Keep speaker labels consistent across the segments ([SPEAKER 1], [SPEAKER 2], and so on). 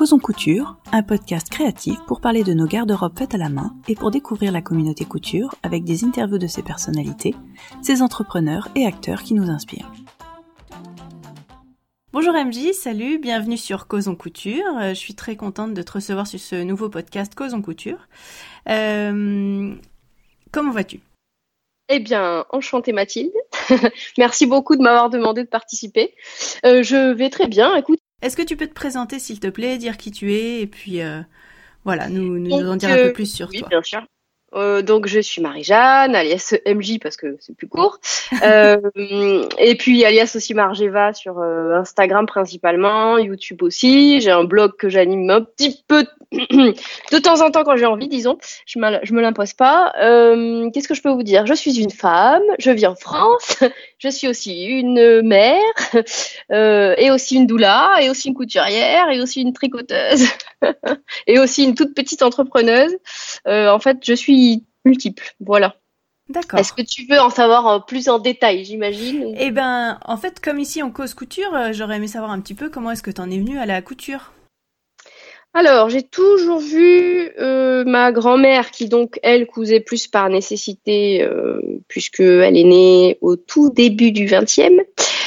[SPEAKER 1] Causons Couture, un podcast créatif pour parler de nos garde-robes faites à la main et pour découvrir la communauté couture avec des interviews de ses personnalités, ses entrepreneurs et acteurs qui nous inspirent. Bonjour MJ, salut, bienvenue sur Causons Couture. Je suis très contente de te recevoir sur ce nouveau podcast Causons Couture. Comment vas-tu ?
[SPEAKER 2] Eh bien, enchantée Mathilde. Merci beaucoup de m'avoir demandé de participer. Je vais très bien, écoute.
[SPEAKER 1] Est-ce que tu peux te présenter s'il te plaît, dire qui tu es et puis nous en dire un peu plus sur toi.
[SPEAKER 2] Oui, bien sûr. Donc je suis Marie-Jeanne, alias MJ parce que c'est plus court. Et puis alias aussi Margeva sur Instagram principalement, YouTube aussi. J'ai un blog que j'anime un petit peu de temps en temps quand j'ai envie, disons. Je me l'impose pas. Qu'est-ce que je peux vous dire ? Je suis une femme, je vis en France, je suis aussi une mère, et aussi une doula, et aussi une couturière, et aussi une tricoteuse, et aussi une toute petite entrepreneuse. En fait, je suis multiple, voilà.
[SPEAKER 1] D'accord.
[SPEAKER 2] Est-ce que tu veux en savoir plus en détail, j'imagine ?
[SPEAKER 1] Eh ben, en fait, comme ici on cause couture, j'aurais aimé savoir un petit peu comment est-ce que t'en es venue à la couture.
[SPEAKER 2] Alors, j'ai toujours vu ma grand-mère qui donc, elle, cousait plus par nécessité puisqu'elle est née au tout début du 20e.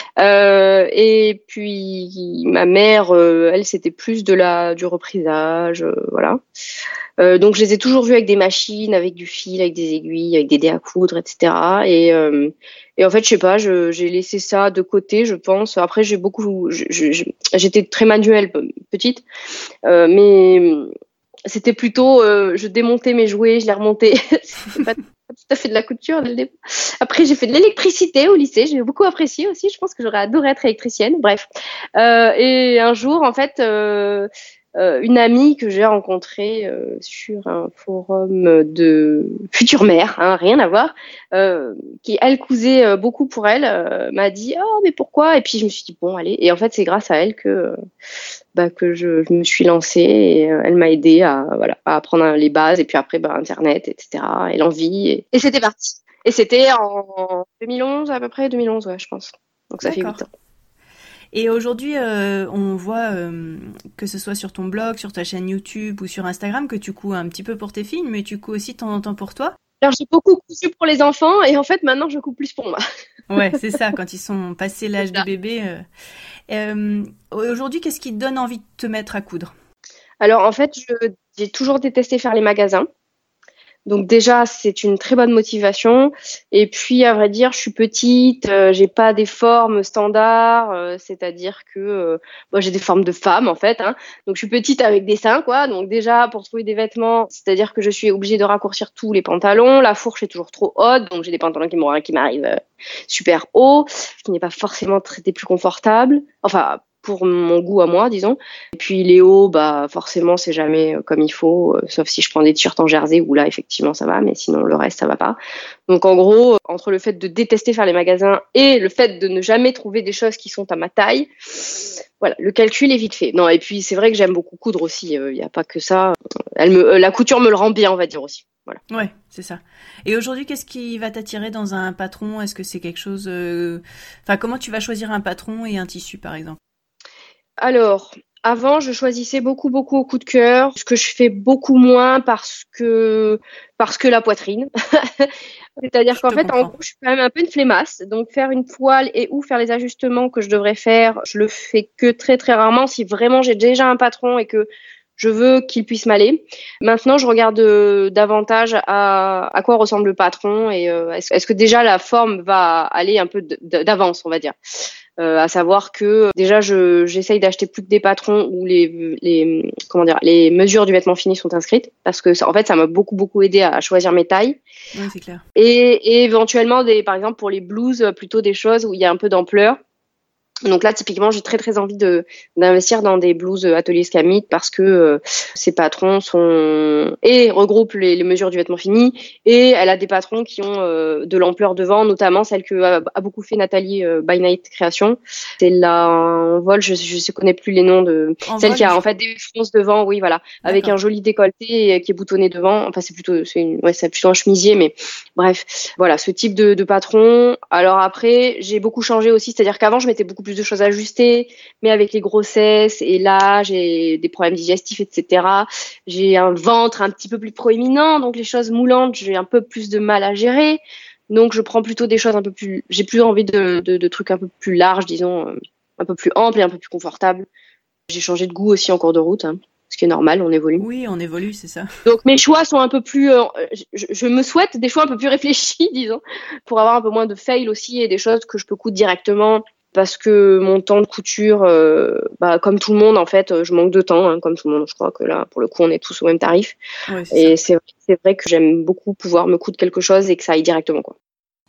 [SPEAKER 2] Et puis, ma mère, elle, c'était plus du reprisage, voilà. Donc, je les ai toujours vus avec des machines, avec du fil, avec des aiguilles, avec des dés à coudre, etc. Et en fait, je sais pas, j'ai laissé ça de côté, je pense. Après, j'étais très manuelle petite, mais c'était plutôt, je démontais mes jouets, je les remontais. C'était pas tout à fait de la couture dès le début. Après, j'ai fait de l'électricité au lycée, j'ai beaucoup apprécié aussi. Je pense que j'aurais adoré être électricienne. Bref, et un jour, en fait. Une amie que j'ai rencontrée sur un forum de future mère, hein, rien à voir, qui elle cousait beaucoup pour elle, m'a dit mais pourquoi ? Et puis je me suis dit bon allez, et en fait c'est grâce à elle que je me suis lancée et elle m'a aidée à apprendre les bases et puis après internet, etc. et l'envie et c'était parti. Et c'était en 2011 à peu près, 2011 ouais je pense. Donc ça fait 8 ans.
[SPEAKER 1] Et aujourd'hui, on voit que ce soit sur ton blog, sur ta chaîne YouTube ou sur Instagram, que tu couds un petit peu pour tes filles, mais tu couds aussi de temps en temps pour toi.
[SPEAKER 2] Alors, j'ai beaucoup cousu pour les enfants et en fait, maintenant, je couds plus pour moi.
[SPEAKER 1] Ouais, c'est ça, quand ils sont passés l'âge de bébé. Aujourd'hui, qu'est-ce qui te donne envie de te mettre à coudre ?
[SPEAKER 2] Alors, en fait, j'ai toujours détesté faire les magasins. Donc déjà, c'est une très bonne motivation. Et puis, à vrai dire, je suis petite, j'ai pas des formes standards, c'est-à-dire que moi, j'ai des formes de femme en fait. Hein. Donc, je suis petite avec des seins, quoi. Donc déjà, pour trouver des vêtements, c'est-à-dire que je suis obligée de raccourcir tous les pantalons. La fourche est toujours trop haute, donc j'ai des pantalons qui m'arrivent super hauts, ce qui n'est pas forcément des plus confortables. Enfin, pour mon goût à moi, disons. Et puis les hauts, forcément, c'est jamais comme il faut, sauf si je prends des t-shirts en jersey où là, effectivement, ça va, mais sinon, le reste, ça va pas. Donc, en gros, entre le fait de détester faire les magasins et le fait de ne jamais trouver des choses qui sont à ma taille, voilà, le calcul est vite fait. Non, et puis, c'est vrai que j'aime beaucoup coudre aussi, il n'y a pas que ça. La couture me le rend bien, on va dire aussi. Voilà.
[SPEAKER 1] Ouais, c'est ça. Et aujourd'hui, qu'est-ce qui va t'attirer dans un patron ? Est-ce que c'est quelque chose... comment tu vas choisir un patron et un tissu, par exemple ?
[SPEAKER 2] Alors, avant, je choisissais beaucoup au coup de cœur, ce que je fais beaucoup moins parce que la poitrine. C'est-à-dire qu'en fait, en gros, je suis quand même un peu une flemmasse. Donc, faire une poêle ou faire les ajustements que je devrais faire, je le fais que très, très rarement. Si vraiment j'ai déjà un patron et que je veux qu'il puisse m'aller. Maintenant, je regarde davantage à quoi ressemble le patron et est-ce que déjà la forme va aller un peu d'avance, on va dire. À savoir que déjà j'essaye d'acheter plus que des patrons où les mesures du vêtement fini sont inscrites parce que en fait ça m'a beaucoup aidé à choisir mes tailles.
[SPEAKER 1] Oui, c'est clair.
[SPEAKER 2] Et éventuellement par exemple pour les blouses plutôt des choses où il y a un peu d'ampleur. Donc là, typiquement, j'ai très très envie d'investir dans des blouses atelier Scamit parce que ces patrons regroupent les mesures du vêtement fini et elle a des patrons qui ont de l'ampleur devant, notamment celle que a beaucoup fait Nathalie by Night Création. C'est là en vol, je connais plus les noms de celle qui a en fait des fronces devant, oui voilà, avec un joli décolleté qui est boutonné devant. Enfin c'est plutôt un chemisier, mais bref, voilà ce type de patron. Alors après, j'ai beaucoup changé aussi, c'est-à-dire qu'avant je mettais beaucoup plus de choses à ajuster, mais avec les grossesses et l'âge et des problèmes digestifs, etc., j'ai un ventre un petit peu plus proéminent, donc les choses moulantes, j'ai un peu plus de mal à gérer. Donc je prends plutôt des choses un peu plus, j'ai plus envie de trucs un peu plus larges, disons, un peu plus amples et un peu plus confortables. J'ai changé de goût aussi en cours de route, hein, ce qui est normal, on évolue.
[SPEAKER 1] Oui, on évolue, c'est ça.
[SPEAKER 2] Donc mes choix sont un peu plus, je me souhaite des choix un peu plus réfléchis, disons, pour avoir un peu moins de fail aussi et des choses que je peux coudre directement parce que mon temps de couture, comme tout le monde en fait, je manque de temps, hein, comme tout le monde. Je crois que là, pour le coup, on est tous au même tarif.
[SPEAKER 1] Ouais,
[SPEAKER 2] et c'est vrai que j'aime beaucoup pouvoir me coudre quelque chose et que ça aille directement, quoi.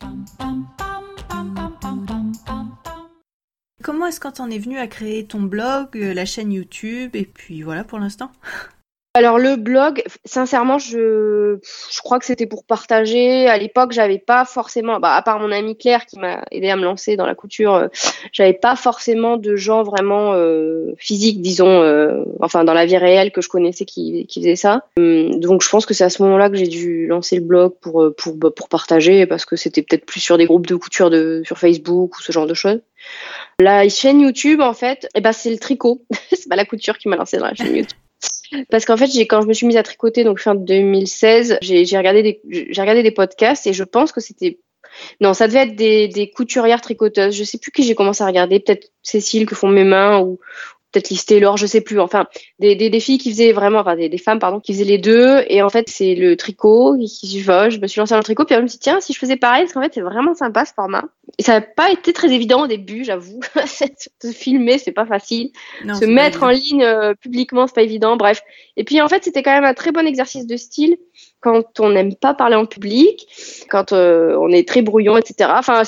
[SPEAKER 1] Comment est-ce que t'en es venu à créer ton blog, la chaîne YouTube, et puis voilà pour l'instant?
[SPEAKER 2] Alors le blog, sincèrement, je crois que c'était pour partager. À l'époque, j'avais pas forcément, à part mon amie Claire qui m'a aidé à me lancer dans la couture, j'avais pas forcément de gens vraiment physiques, disons, enfin dans la vie réelle que je connaissais qui faisaient ça. Donc je pense que c'est à ce moment-là que j'ai dû lancer le blog pour partager, parce que c'était peut-être plus sur des groupes de couture sur Facebook ou ce genre de choses. La chaîne YouTube, en fait, c'est le tricot. C'est pas la couture qui m'a lancé dans la chaîne YouTube. Parce qu'en fait, quand je me suis mise à tricoter, donc fin 2016, j'ai regardé des podcasts et je pense que non, ça devait être des couturières tricoteuses. Je sais plus qui j'ai commencé à regarder, peut-être Cécile que font mes mains ou peut-être Lise Taylor, je sais plus. Enfin, des filles qui faisaient vraiment, enfin des femmes pardon, qui faisaient les deux. Et en fait, c'est le tricot je me suis lancée dans le tricot, puis je me suis dit tiens, si je faisais pareil, parce qu'en fait c'est vraiment sympa ce format. Et ça n'a pas été très évident au début, j'avoue. Se filmer, c'est pas facile.
[SPEAKER 1] Non,
[SPEAKER 2] se mettre en ligne publiquement, c'est pas évident. Bref. Et puis en fait, c'était quand même un très bon exercice de style quand on n'aime pas parler en public, quand on est très brouillon, etc. Enfin,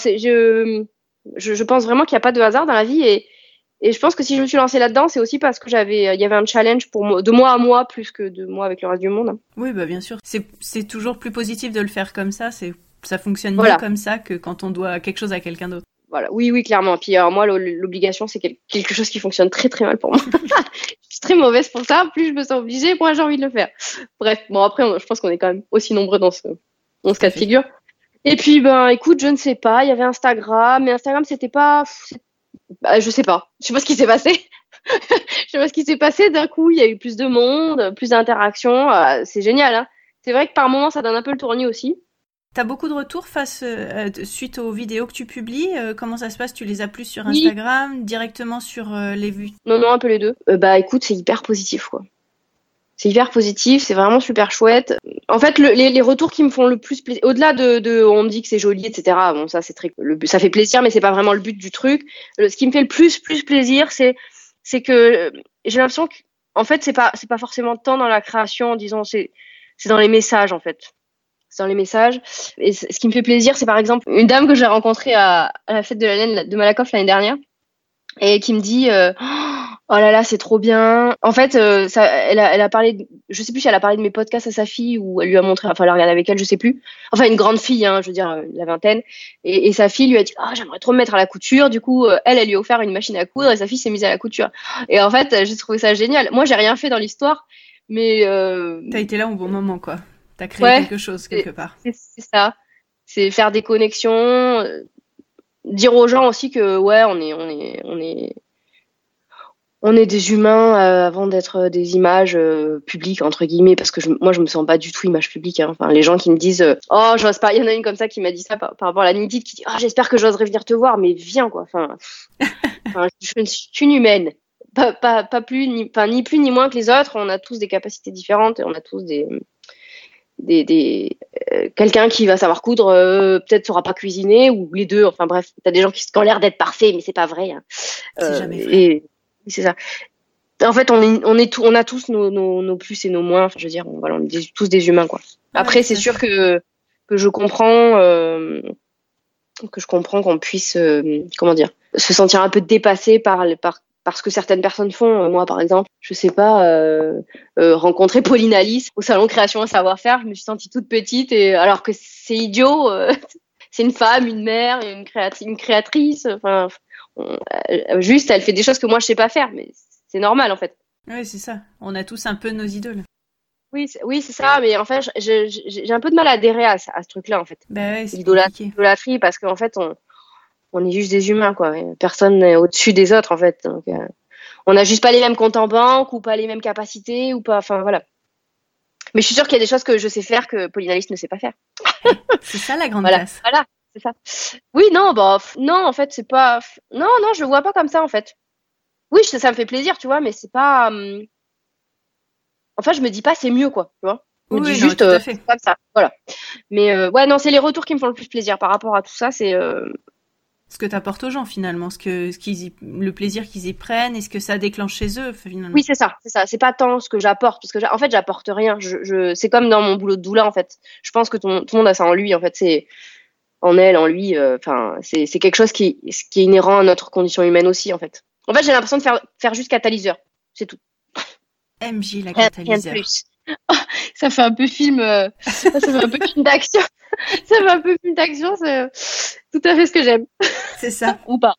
[SPEAKER 2] je pense vraiment qu'il n'y a pas de hasard dans la vie et je pense que si je me suis lancée là-dedans, c'est aussi parce que il y avait un challenge pour moi, de moi à moi, plus que de moi avec le reste du monde.
[SPEAKER 1] Oui, bien sûr. C'est toujours plus positif de le faire comme ça. Ça fonctionne
[SPEAKER 2] Voilà.
[SPEAKER 1] mieux comme ça que quand on doit quelque chose à quelqu'un d'autre.
[SPEAKER 2] Voilà. Oui, clairement. Puis alors moi, l'obligation, c'est quelque chose qui fonctionne très très mal pour moi. Je suis très mauvaise pour ça. Plus je me sens obligée, moins j'ai envie de le faire. Bref. Bon, après, je pense qu'on est quand même aussi nombreux dans ce cas de figure. Et puis, écoute, je ne sais pas. Il y avait Instagram, mais Instagram, c'était pas. Je sais pas ce qui s'est passé. Je sais pas ce qui s'est passé. D'un coup, il y a eu plus de monde, plus d'interactions. C'est génial, hein. C'est vrai que par moments, ça donne un peu le tournis aussi.
[SPEAKER 1] T'as beaucoup de retours suite aux vidéos que tu publies. Comment ça se passe? Tu les as plus sur Instagram, directement sur les vues?
[SPEAKER 2] Non, un peu les deux. Écoute, c'est hyper positif, quoi. C'est hyper positif, c'est vraiment super chouette. En fait, les retours qui me font le plus plaisir, au-delà de on me dit que c'est joli, etc. Bon, ça c'est ça fait plaisir, mais c'est pas vraiment le but du truc. Ce qui me fait le plus plaisir, c'est que j'ai l'impression que, en fait, c'est pas forcément tant dans la création, disons, c'est dans les messages, en fait. C'est dans les messages. Et ce qui me fait plaisir, c'est par exemple une dame que j'ai rencontrée à la fête de la laine de Malakoff l'année dernière et qui me dit oh là là, c'est trop bien. En fait, elle a parlé, je sais plus si elle a parlé de mes podcasts à sa fille ou elle lui a montré, enfin, elle a regardé avec elle, je sais plus. Enfin, une grande fille, hein, je veux dire, la vingtaine. Et sa fille lui a dit, j'aimerais trop me mettre à la couture. Du coup, elle lui a offert une machine à coudre et sa fille s'est mise à la couture. Et en fait, j'ai trouvé ça génial. Moi, j'ai rien fait dans l'histoire, mais
[SPEAKER 1] t'as été là au bon moment, quoi. T'as créé quelque chose quelque part.
[SPEAKER 2] C'est ça. C'est faire des connexions, dire aux gens aussi que on est des humains avant d'être des images publiques entre guillemets, parce que moi je me sens pas du tout image publique, hein. Enfin, les gens qui me disent j'ose pas, il y en a une comme ça qui m'a dit ça par rapport à la Nidite qui dit j'espère que j'oserais venir te voir, mais viens quoi. Enfin je suis une humaine, pas plus ni plus ni moins que les autres. On a tous des capacités différentes et on a tous quelqu'un qui va savoir coudre peut-être saura pas cuisiner, ou les deux. Enfin bref, t'as des gens qui ont l'air d'être parfaits mais c'est pas vrai, hein.
[SPEAKER 1] C'est jamais vrai.
[SPEAKER 2] Et c'est ça. En fait, on a tous nos plus et nos moins. Enfin, je veux dire, on est tous des humains, quoi. Après, c'est sûr que je comprends qu'on puisse comment dire, se sentir un peu dépassé par ce que certaines personnes font. Moi, par exemple, je sais pas, rencontrer Pauline Alice au salon Création et Savoir-faire, je me suis sentie toute petite, et alors que c'est idiot, c'est une femme, une mère, une créatrice. Enfin, juste, elle fait des choses que moi je sais pas faire, mais c'est normal en fait.
[SPEAKER 1] Oui, c'est ça. On a tous un peu nos idoles.
[SPEAKER 2] Oui, c'est ça, mais en fait, j'ai un peu de mal à adhérer à ce truc-là, en fait.
[SPEAKER 1] Ouais, c'est
[SPEAKER 2] l'idolâtrie, parce qu'en fait, on est juste des humains, quoi. Personne n'est au-dessus des autres, en fait. Donc, on n'a juste pas les mêmes comptes en banque ou pas les mêmes capacités ou pas. Enfin, voilà. Mais je suis sûre qu'il y a des choses que je sais faire que Pauline Alice ne sait pas faire.
[SPEAKER 1] C'est ça la grande
[SPEAKER 2] Voilà,
[SPEAKER 1] classe.
[SPEAKER 2] voilà, c'est ça. Oui, non, non, en fait, c'est pas. Non, non, je le vois pas comme ça, en fait. Oui, ça me fait plaisir, tu vois, mais c'est pas. Enfin, je me dis pas c'est mieux, quoi. Tu vois. Je me dis
[SPEAKER 1] Oui, non,
[SPEAKER 2] juste
[SPEAKER 1] tout à fait.
[SPEAKER 2] c'est comme ça. Voilà. Mais ouais, non, c'est les retours qui me font le plus plaisir par rapport à tout ça. C'est.
[SPEAKER 1] Ce que tu apportes aux gens finalement, le plaisir qu'ils y prennent et ce que ça déclenche chez eux finalement.
[SPEAKER 2] Oui, c'est ça, c'est ça. C'est pas tant ce que j'apporte, parce que en fait, j'apporte rien. C'est comme dans mon boulot de doula, en fait. Je pense que tout le monde a ça en lui, en fait. C'est en elle, en lui. Enfin, c'est quelque chose qui est inhérent à notre condition humaine aussi, en fait. En fait, j'ai l'impression de faire juste catalyseur, c'est tout.
[SPEAKER 1] MJ la
[SPEAKER 2] Rien de
[SPEAKER 1] catalyseur.
[SPEAKER 2] plus. Ça fait un peu film, ça fait un peu film d'action. Ça fait un peu film d'action, c'est tout à fait ce que j'aime.
[SPEAKER 1] C'est ça.
[SPEAKER 2] Ou pas.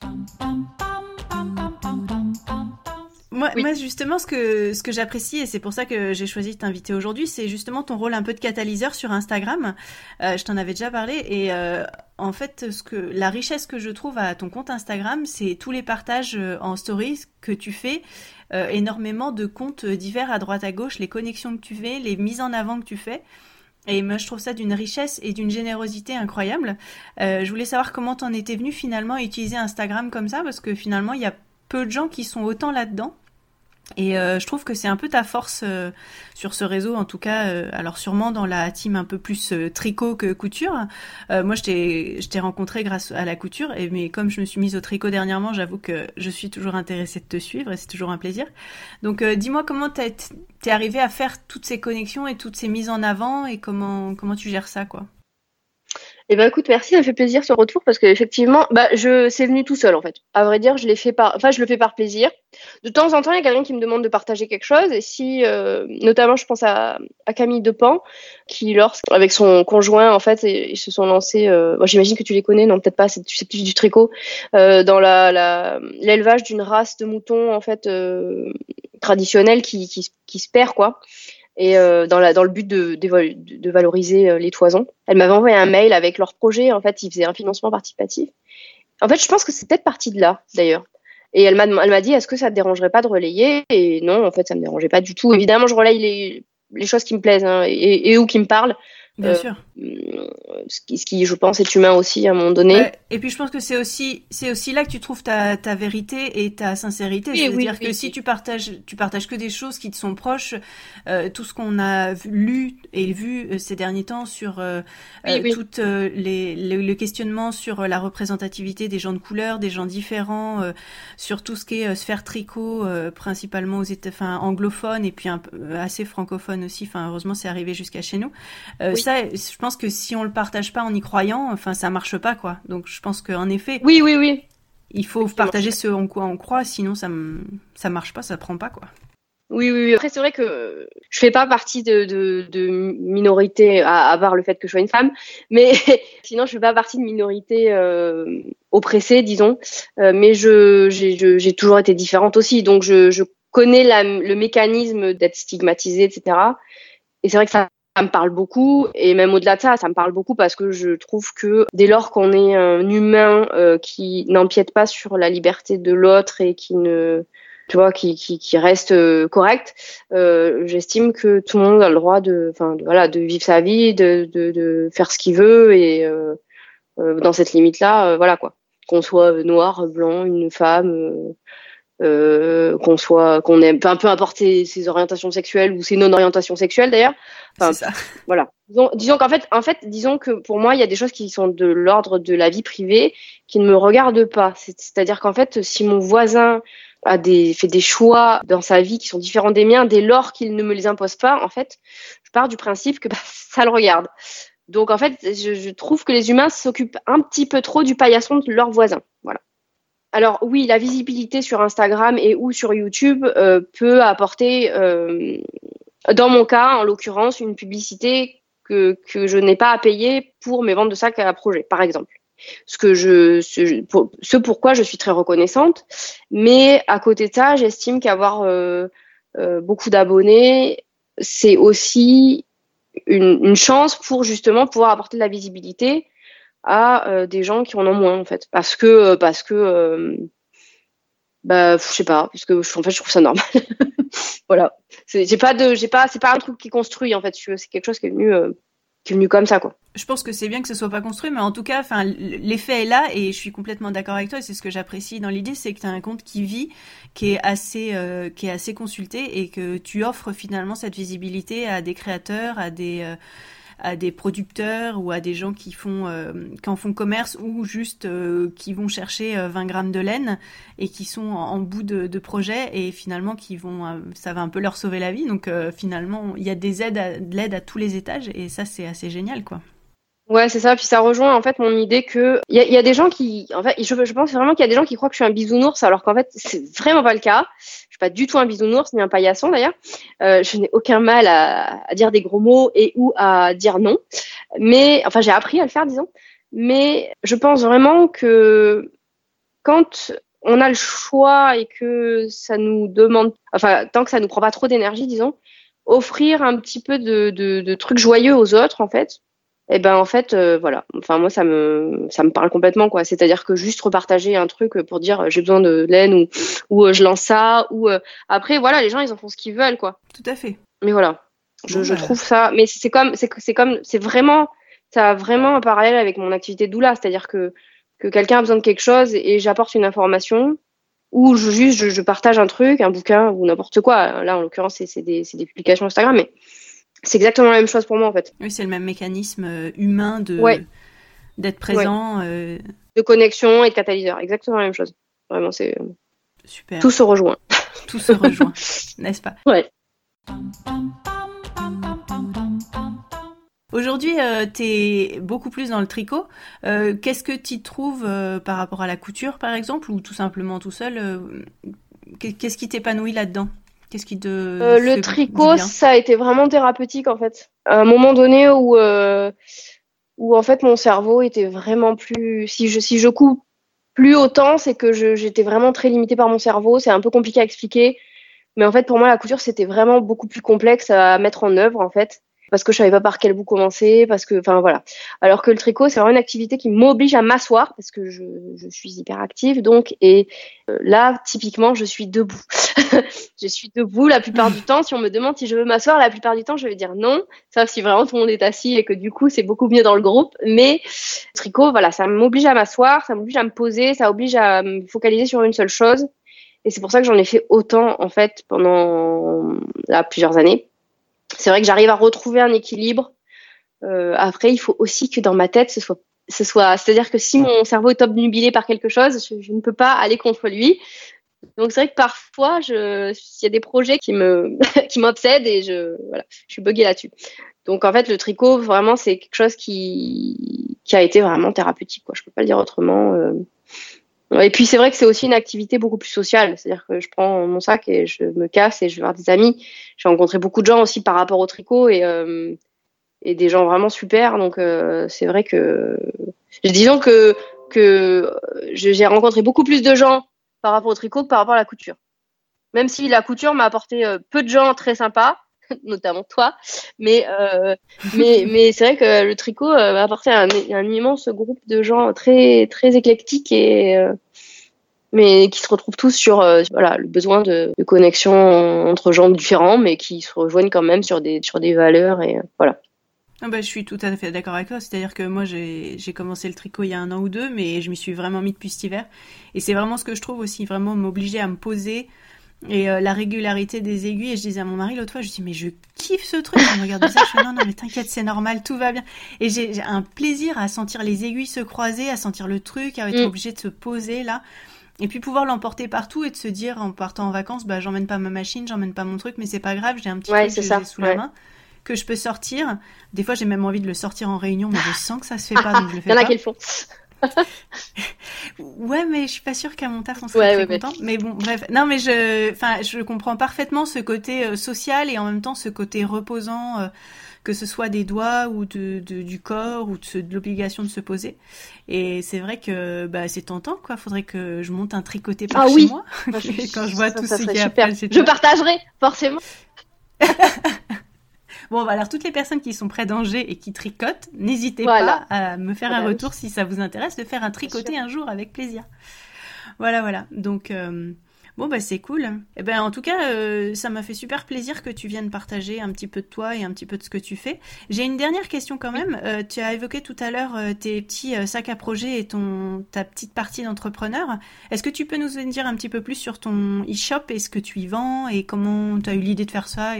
[SPEAKER 1] Moi, justement, ce que j'apprécie, et c'est pour ça que j'ai choisi de t'inviter aujourd'hui, c'est justement ton rôle un peu de catalyseur sur Instagram. Je t'en avais déjà parlé, et en fait, la richesse que je trouve à ton compte Instagram, c'est tous les partages en stories que tu fais, énormément de comptes divers à droite à gauche, les connexions que tu fais, les mises en avant que tu fais. Et moi, je trouve ça d'une richesse et d'une générosité incroyable. Je voulais savoir comment t'en étais venu finalement à utiliser Instagram comme ça, parce que finalement, il y a peu de gens qui sont autant là-dedans. Et je trouve que c'est un peu ta force sur ce réseau, en tout cas. Alors sûrement dans la team un peu plus tricot que couture. Moi, je t'ai rencontré grâce à la couture, mais comme je me suis mise au tricot dernièrement, j'avoue que je suis toujours intéressée de te suivre et c'est toujours un plaisir. Donc dis-moi comment t'es arrivée à faire toutes ces connexions et toutes ces mises en avant et comment tu gères ça, quoi.
[SPEAKER 2] Eh ben écoute, merci, ça me fait plaisir ce retour parce qu'effectivement, c'est venu tout seul en fait. À vrai dire, je le fais par plaisir. De temps en temps, il y a quelqu'un qui me demande de partager quelque chose et si, notamment, je pense à Camille Depan qui, avec son conjoint en fait, ils se sont lancés. Moi, j'imagine que tu les connais, non peut-être pas, c'est plus du tricot, dans l'élevage d'une race de moutons en fait traditionnelle qui se perd quoi. Et dans le but de valoriser les toisons. Elle m'avait envoyé un mail avec leur projet. En fait, ils faisaient un financement participatif. En fait, je pense que c'est peut-être parti de là, d'ailleurs. Et elle m'a dit, est-ce que ça te dérangerait pas de relayer? Et non, en fait, ça me dérangeait pas du tout. Évidemment, je relaye les choses qui me plaisent hein, et ou qui me parlent.
[SPEAKER 1] Bien sûr.
[SPEAKER 2] Ce qui, je pense, est humain aussi à un moment donné.
[SPEAKER 1] Ouais, et puis je pense que c'est aussi là que tu trouves ta vérité et ta sincérité. C'est-à-dire que si tu partages que des choses qui te sont proches, tout ce qu'on a lu et vu ces derniers temps sur toutes le questionnement sur la représentativité des gens de couleur, des gens différents, sur tout ce qui est sphère tricot, principalement anglophone et puis un peu assez francophone aussi. Enfin, heureusement, c'est arrivé jusqu'à chez nous. Ça, je pense que si on le partage pas en y croyant, enfin, ça marche pas, quoi. Donc, je pense qu'en effet, il faut partager ce en quoi on croit, sinon ça marche pas, ça prend pas, quoi.
[SPEAKER 2] Oui. Après, c'est vrai que je fais pas partie de minorité, à part le fait que je sois une femme, mais sinon, je fais pas partie de minorité oppressée, disons. Mais j'ai toujours été différente aussi, donc je connais le mécanisme d'être stigmatisée, etc. Et c'est vrai que ça me parle beaucoup, et même au-delà de ça, ça me parle beaucoup parce que je trouve que dès lors qu'on est un humain qui n'empiète pas sur la liberté de l'autre et qui reste correct, j'estime que tout le monde a le droit de vivre sa vie, de faire ce qu'il veut et dans cette limite-là, voilà quoi. Qu'on soit noir, blanc, une femme. Qu'on ait peu importe ses orientations sexuelles ou ses non-orientations sexuelles d'ailleurs.
[SPEAKER 1] Enfin, c'est ça.
[SPEAKER 2] Voilà. Disons qu'en fait, disons que pour moi, il y a des choses qui sont de l'ordre de la vie privée qui ne me regardent pas. C'est-à-dire qu'en fait, si mon voisin fait des choix dans sa vie qui sont différents des miens, dès lors qu'il ne me les impose pas, en fait, je pars du principe que ça le regarde. Donc en fait, je trouve que les humains s'occupent un petit peu trop du paillasson de leurs voisins. Voilà. Alors oui, la visibilité sur Instagram et ou sur YouTube peut apporter, dans mon cas, en l'occurrence, une publicité que je n'ai pas à payer pour mes ventes de sacs à projet, par exemple. Ce pourquoi je suis très reconnaissante. Mais à côté de ça, j'estime qu'avoir beaucoup d'abonnés, c'est aussi une chance pour justement pouvoir apporter de la visibilité à des gens qui en ont moins en fait, parce que je sais pas, parce que en fait je trouve ça normal. Voilà, c'est pas un truc qui est construit en fait, c'est quelque chose qui est venu comme ça quoi.
[SPEAKER 1] Je pense que c'est bien que ce soit pas construit, mais en tout cas, enfin, l'effet est là et je suis complètement d'accord avec toi. Et c'est ce que j'apprécie dans l'idée, c'est que tu as un compte qui vit, qui est assez consulté et que tu offres finalement cette visibilité à des créateurs, à des producteurs ou à des gens qui en font commerce ou juste qui vont chercher 20 grammes de laine et qui sont en bout de projet et finalement ça va un peu leur sauver la vie. Donc finalement, il y a de l'aide à tous les étages et ça, c'est assez génial, quoi.
[SPEAKER 2] Ouais, c'est ça. Puis ça rejoint en fait mon idée que il y a des gens qui, en fait, je pense vraiment qu'il y a des gens qui croient que je suis un bisounours, alors qu'en fait c'est vraiment pas le cas. Je suis pas du tout un bisounours ni un paillasson d'ailleurs. Je n'ai aucun mal à dire des gros mots et ou à dire non. Mais enfin, j'ai appris à le faire, disons. Mais je pense vraiment que quand on a le choix et que ça nous demande, enfin, tant que ça nous prend pas trop d'énergie, disons, offrir un petit peu de trucs joyeux aux autres, en fait. Et ben en fait voilà, enfin moi ça me parle complètement quoi, c'est-à-dire que juste repartager un truc pour dire j'ai besoin de laine ou je lance ça ou après voilà, les gens ils en font ce qu'ils veulent quoi.
[SPEAKER 1] Tout à fait.
[SPEAKER 2] Mais voilà, je trouve ça, mais c'est vraiment, ça a vraiment un parallèle avec mon activité de doula, c'est-à-dire que quelqu'un a besoin de quelque chose et j'apporte une information ou je partage un truc, un bouquin ou n'importe quoi. Là en l'occurrence c'est des publications Instagram, mais c'est exactement la même chose pour moi en fait.
[SPEAKER 1] Oui, c'est le même mécanisme humain d'être présent.
[SPEAKER 2] Ouais. De connexion et de catalyseur, exactement la même chose. Vraiment, c'est
[SPEAKER 1] super.
[SPEAKER 2] Tout se rejoint.
[SPEAKER 1] Tout se rejoint, n'est-ce pas?
[SPEAKER 2] Ouais.
[SPEAKER 1] Aujourd'hui, t'es beaucoup plus dans le tricot. Qu'est-ce que tu trouves par rapport à la couture, par exemple, ou tout simplement tout seul qu'est-ce qui t'épanouit là-dedans? Qu'est-ce qui te
[SPEAKER 2] le tricot, ça a été vraiment thérapeutique en fait. À un moment donné où en fait mon cerveau était vraiment plus. Si je coupe plus autant, c'est que j'étais vraiment très limitée par mon cerveau. C'est un peu compliqué à expliquer, mais en fait pour moi la couture c'était vraiment beaucoup plus complexe à mettre en œuvre en fait. Parce que je savais pas par quel bout commencer, parce que, enfin voilà. Alors que le tricot, c'est vraiment une activité qui m'oblige à m'asseoir, parce que je suis hyperactive, donc, et là, typiquement, je suis debout. Je suis debout la plupart du temps. Si on me demande si je veux m'asseoir, la plupart du temps, je vais dire non, sauf si vraiment tout le monde est assis et que du coup, c'est beaucoup mieux dans le groupe. Mais le tricot, voilà, ça m'oblige à m'asseoir, ça m'oblige à me poser, ça oblige à me focaliser sur une seule chose. Et c'est pour ça que j'en ai fait autant, en fait, pendant là, plusieurs années. C'est vrai que j'arrive à retrouver un équilibre. Après, il faut aussi que dans ma tête, ce soit, c'est-à-dire que si mon cerveau est obnubilé par quelque chose, je ne peux pas aller contre lui. Donc c'est vrai que parfois, il y a des projets qui m'obsèdent et je suis buggée là-dessus. Donc en fait, le tricot, vraiment, c'est quelque chose qui a été vraiment thérapeutique, quoi. Je peux pas le dire autrement. Et puis c'est vrai que c'est aussi une activité beaucoup plus sociale, c'est-à-dire que je prends mon sac et je me casse et je vais voir des amis. J'ai rencontré beaucoup de gens aussi par rapport au tricot et des gens vraiment super. Donc c'est vrai que disons que j'ai rencontré beaucoup plus de gens par rapport au tricot que par rapport à la couture. Même si la couture m'a apporté peu de gens très sympas, notamment toi, mais c'est vrai que le tricot m'a apporté un immense groupe de gens très très éclectiques et mais qui se retrouvent tous sur voilà, le besoin de connexion entre gens différents, mais qui se rejoignent quand même sur des valeurs et voilà.
[SPEAKER 1] Ah bah, je suis tout à fait d'accord avec toi. C'est-à-dire que moi, j'ai commencé le tricot il y a 1 an ou 2, mais je m'y suis vraiment mis depuis cet hiver. Et c'est vraiment ce que je trouve aussi, vraiment m'obliger à me poser. Et la régularité des aiguilles. Et je disais à mon mari l'autre fois, je dis mais je kiffe ce truc. Il me regarde ça, je fais non mais t'inquiète, c'est normal, tout va bien. Et j'ai un plaisir à sentir les aiguilles se croiser, à sentir le truc, à être obligé de se poser là. Et puis pouvoir l'emporter partout et de se dire en partant en vacances, bah j'emmène pas ma machine, j'emmène pas mon truc, mais c'est pas grave, j'ai un petit truc que j'ai sous la main, que je peux sortir. Des fois j'ai même envie de le sortir en réunion, mais je sens que ça se fait pas, donc je le fais pas.
[SPEAKER 2] Il y en a qui le font.
[SPEAKER 1] Ouais, mais je suis pas sûre qu'à mon taf on serait très content. Mais bon, bref. Non, mais je comprends parfaitement ce côté social et en même temps ce côté reposant, que ce soit des doigts ou du corps ou de l'obligation de se poser. Et c'est vrai que bah c'est tentant, quoi. Faudrait que je monte un tricoté par chez moi. Quand je vois tout ce qui est après.
[SPEAKER 2] Je partagerai forcément.
[SPEAKER 1] Bon, alors toutes les personnes qui sont près d'Angers et qui tricotent, n'hésitez pas à me faire un retour si ça vous intéresse de faire un tricoté un jour avec plaisir. Voilà. Donc, bon, bah c'est cool. Eh ben, en tout cas, ça m'a fait super plaisir que tu viennes partager un petit peu de toi et un petit peu de ce que tu fais. J'ai une dernière question quand même. Tu as évoqué tout à l'heure tes petits sacs à projet et ta petite partie d'entrepreneur. Est-ce que tu peux nous en dire un petit peu plus sur ton e-shop et ce que tu y vends et comment tu as eu l'idée de faire ça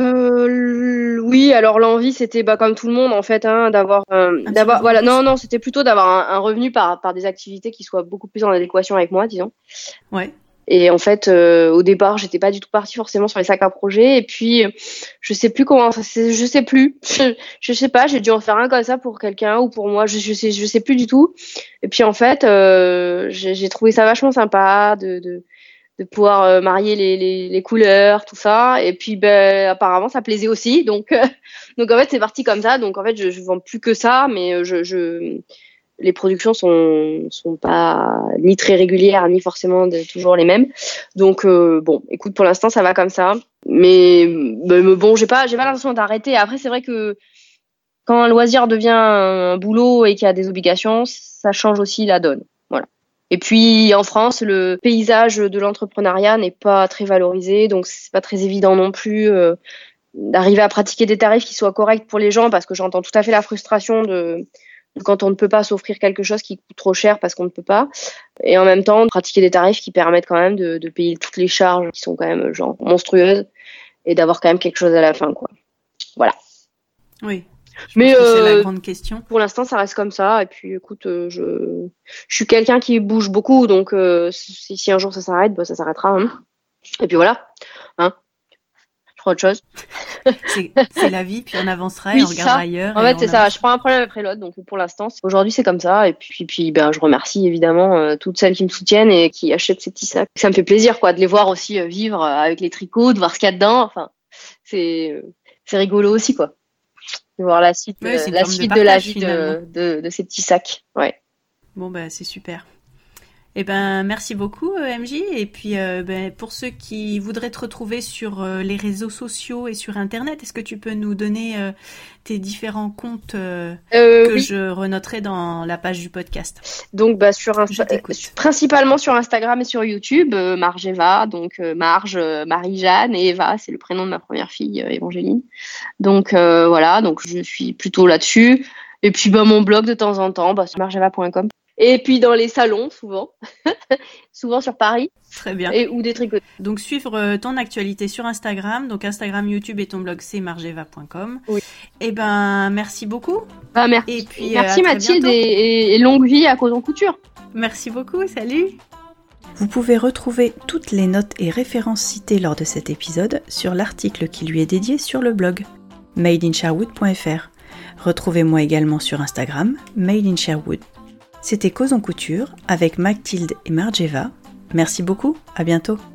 [SPEAKER 2] Oui, alors l'envie, c'était comme tout le monde en fait, d'avoir, voilà, non, c'était plutôt d'avoir un revenu par des activités qui soient beaucoup plus en adéquation avec moi, disons.
[SPEAKER 1] Ouais.
[SPEAKER 2] Et en fait, au départ, j'étais pas du tout partie forcément sur les sacs à projet. Et puis, je sais plus comment, je sais plus. Je sais pas, j'ai dû en faire un comme ça pour quelqu'un ou pour moi. Je sais plus du tout. Et puis en fait, j'ai trouvé ça vachement sympa de pouvoir marier les couleurs, tout ça. Et puis, apparemment, ça plaisait aussi. Donc en fait, c'est parti comme ça. Donc en fait, je vends plus que ça, mais les productions sont pas ni très régulières ni forcément toujours les mêmes. Donc bon, écoute, pour l'instant ça va comme ça. Mais bon, j'ai pas l'intention d'arrêter. Après, c'est vrai que quand un loisir devient un boulot et qu'il y a des obligations, ça change aussi la donne. Voilà. Et puis en France, le paysage de l'entrepreneuriat n'est pas très valorisé, donc c'est pas très évident non plus d'arriver à pratiquer des tarifs qui soient corrects pour les gens, parce que j'entends tout à fait la frustration de quand on ne peut pas s'offrir quelque chose qui coûte trop cher parce qu'on ne peut pas, et en même temps pratiquer des tarifs qui permettent quand même de payer toutes les charges qui sont quand même genre monstrueuses et d'avoir quand même quelque chose à la fin, quoi. Voilà.
[SPEAKER 1] Oui. Mais c'est la grande question.
[SPEAKER 2] Pour l'instant, ça reste comme ça. Et puis, écoute, je suis quelqu'un qui bouge beaucoup, donc si un jour ça s'arrête, ça s'arrêtera. Hein. Et puis voilà. Hein. Je ferai autre chose.
[SPEAKER 1] C'est la vie, puis on avancera et on regardera ailleurs.
[SPEAKER 2] En fait, c'est ça. Je prends un problème après l'autre. Donc pour l'instant, aujourd'hui, c'est comme ça. Et puis je remercie évidemment toutes celles qui me soutiennent et qui achètent ces petits sacs. Ça me fait plaisir, quoi, de les voir aussi vivre avec les tricots, de voir ce qu'il y a dedans. Enfin, c'est rigolo aussi, quoi. De voir la suite,
[SPEAKER 1] ouais,
[SPEAKER 2] la suite de la vie de ces petits sacs. Ouais.
[SPEAKER 1] Bon, c'est super. Eh ben, merci beaucoup, MJ. Et puis, pour ceux qui voudraient te retrouver sur les réseaux sociaux et sur Internet, est-ce que tu peux nous donner tes différents comptes que je renoterai dans la page du podcast?
[SPEAKER 2] Donc, principalement sur Instagram et sur YouTube, Marge Eva. Donc, Marge, Marie-Jeanne et Eva, c'est le prénom de ma première fille, Évangéline. Donc, voilà. Donc, je suis plutôt là-dessus. Et puis, mon blog de temps en temps, c'est margeva.com. Et puis dans les salons, souvent sur Paris.
[SPEAKER 1] Très bien.
[SPEAKER 2] Ou des tricots.
[SPEAKER 1] Donc suivre ton actualité sur Instagram, donc Instagram, YouTube et ton blog c'est margeva.com.
[SPEAKER 2] Oui.
[SPEAKER 1] Et merci beaucoup.
[SPEAKER 2] Merci.
[SPEAKER 1] Et puis
[SPEAKER 2] merci Mathilde et longue vie à Cause en Couture.
[SPEAKER 1] Merci beaucoup, salut.
[SPEAKER 3] Vous pouvez retrouver toutes les notes et références citées lors de cet épisode sur l'article qui lui est dédié sur le blog madeinsherwood.fr. Retrouvez-moi également sur Instagram, Made in Sherwood. C'était Cause en Couture avec Mathilde et Marge Eva. Merci beaucoup, à bientôt.